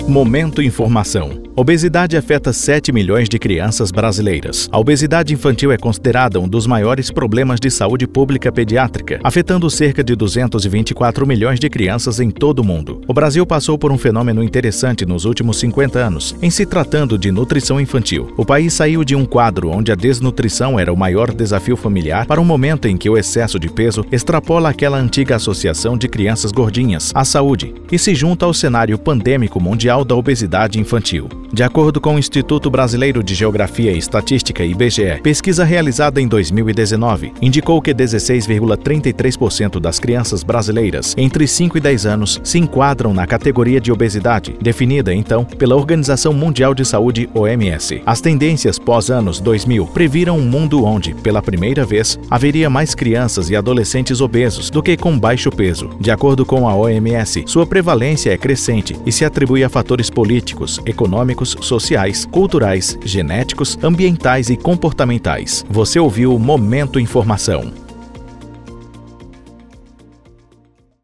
Momento Informação. Obesidade afeta 7 milhões de crianças brasileiras. A obesidade infantil é considerada um dos maiores problemas de saúde pública pediátrica, afetando cerca de 224 milhões de crianças em todo o mundo. O Brasil passou por um fenômeno interessante nos últimos 50 anos, em se tratando de nutrição infantil. O país saiu de um quadro onde a desnutrição era o maior desafio familiar para um momento em que o excesso de peso extrapola aquela antiga associação de crianças gordinhas à saúde e se junta ao cenário pandêmico mundial da obesidade infantil. De acordo com o Instituto Brasileiro de Geografia e Estatística, IBGE, pesquisa realizada em 2019 indicou que 16,33% das crianças brasileiras entre 5 e 10 anos se enquadram na categoria de obesidade, definida então pela Organização Mundial de Saúde, OMS. As tendências pós-anos 2000 previram um mundo onde, pela primeira vez, haveria mais crianças e adolescentes obesos do que com baixo peso. De acordo com a OMS, sua prevalência é crescente e se atribui a fatores políticos, econômicos, sociais, culturais, genéticos, ambientais e comportamentais. Você ouviu Momento Informação.